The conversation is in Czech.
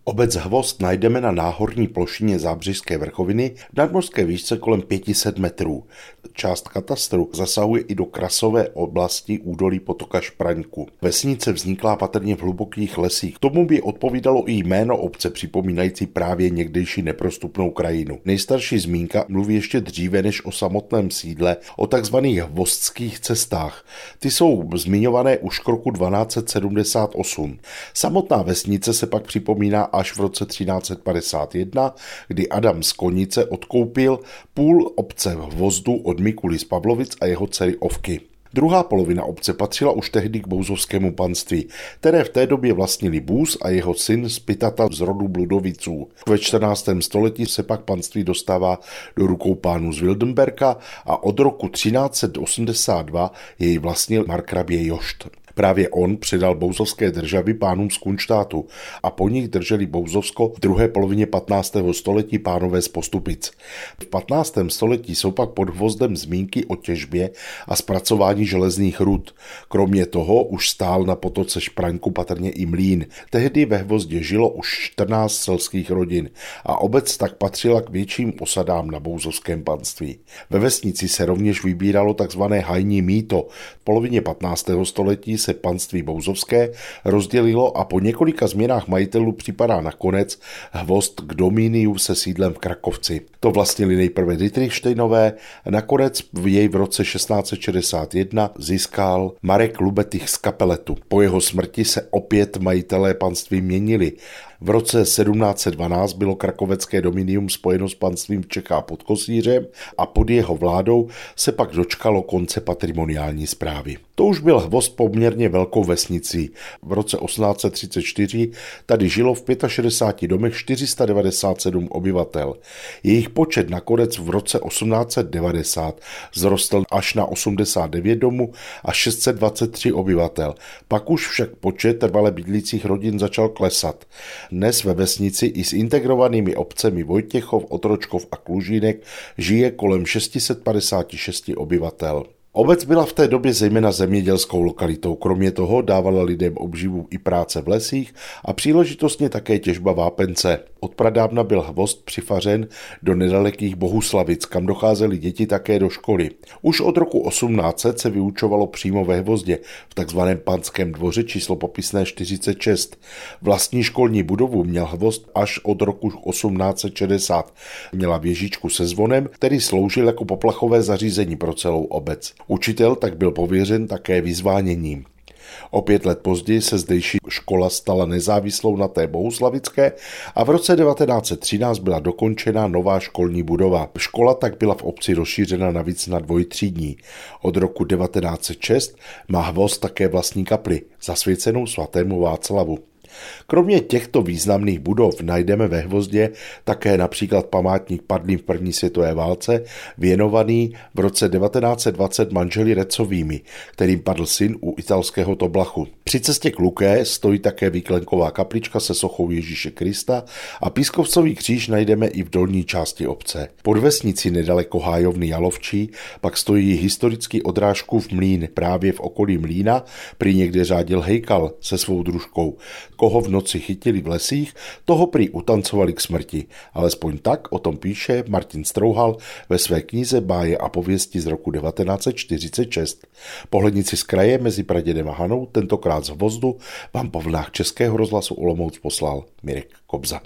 Obec Hvozd najdeme na náhorní plošině Zábřežské vrchoviny v nadmořské výšce kolem 500 metrů. Část katastru zasahuje i do krasové oblasti údolí potoka Špraňku. Vesnice vzniklá patrně v hlubokých lesích. Tomu by odpovídalo i jméno obce připomínající právě někdejší neprostupnou krajinu. Nejstarší zmínka mluví ještě dříve než o samotném sídle, o takzvaných hvostských cestách. Ty jsou zmiňované už k roku 1278. Samotná vesnice se pak připomíná až v roce 1351, kdy Adam z Konice odkoupil půl obce Hvozdu od Mikuly z Pavlovic a jeho dcery Ovky. Druhá polovina obce patřila už tehdy k bouzovskému panství, které v té době vlastnili Bůz a jeho syn Spitata z rodu Bludoviců. Ve 14. století se pak panství dostává do rukou pánů z Wildenberka a od roku 1382 jej vlastnil markrabě Jošt. Právě on předal bouzovské državy pánům z Kunštátu a po nich drželi Bouzovsko v druhé polovině 15. století pánové z Postupic. V 15. století jsou pak pod Hvozdem zmínky o těžbě a zpracování železných rud. Kromě toho už stál na potoce Špraňku patrně i mlýn. Tehdy ve Hvozdě žilo už 14 selských rodin a obec tak patřila k větším osadám na bouzovském panství. Ve vesnici se rovněž vybíralo tzv. Hajní mýto. V polovině 15. století se panství bouzovské rozdělilo a po několika změnách majitelů připadá nakonec Hvozd k dominiu se sídlem v Krakovci. To vlastnili nejprve Dietrichštejnové, nakonec jej v roce 1661 získal Marek Lubetych z Kapeletu. Po jeho smrti se opět majitelé panství měnili. V roce 1712 bylo krakovecké dominium spojeno s panstvím Čechá pod Kosířem a pod jeho vládou se pak dočkalo konce patrimoniální správy. To už byl Hvozd poměrně velkou vesnicí. V roce 1834 tady žilo v 65 domech 497 obyvatel. Jejich počet nakonec v roce 1890 vzrostl až na 89 domů a 623 obyvatel. Pak už však počet trvale bydlících rodin začal klesat. Dnes ve vesnici i s integrovanými obcemi Vojtěchov, Otročkov a Klužínek žije kolem 656 obyvatel. Obec byla v té době zejména zemědělskou lokalitou, kromě toho dávala lidem obživu i práce v lesích a příležitostně také těžba vápence. Od pradávna byl Hvozd přifařen do nedalekých Bohuslavic, kam docházely děti také do školy. Už od roku 1800 se vyučovalo přímo ve Hvozdě, v takzvaném panském dvoře číslo popisné 46. Vlastní školní budovu měl Hvozd až od roku 1860. Měla věžičku se zvonem, který sloužil jako poplachové zařízení pro celou obec. Učitel tak byl pověřen také vyzváněním. O 5 let později se zdejší škola stala nezávislou na té bohuslavické a v roce 1913 byla dokončena nová školní budova. Škola tak byla v obci rozšířena navíc na dvojtřídní. Od roku 1906 má Hvozd také vlastní kapli, zasvěcenou svatému Václavu. Kromě těchto významných budov najdeme ve Hvozdě také například památník padlým v první světové válce, věnovaný v roce 1920 manželi Recovými, kterým padl syn u italského Toblachu. Při cestě k Luké stojí také výklenková kaplička se sochou Ježíše Krista a pískovcový kříž najdeme i v dolní části obce. Pod vesnicí nedaleko hájovny Jalovčí pak stojí historický Odrážkův mlýn. Právě v okolí mlýna prý někde řádil Hejkal se svou družkou. Koho v noci chytili v lesích, toho prý utancovali k smrti. Alespoň tak o tom píše Martin Strouhal ve své knize Báje a pověsti z roku 1946. Pohlednici z kraje mezi pradědem a Hanou, tentokrát z Hvozdu, vám po vlnách Českého rozhlasu Olomouc poslal Mirek Kobza.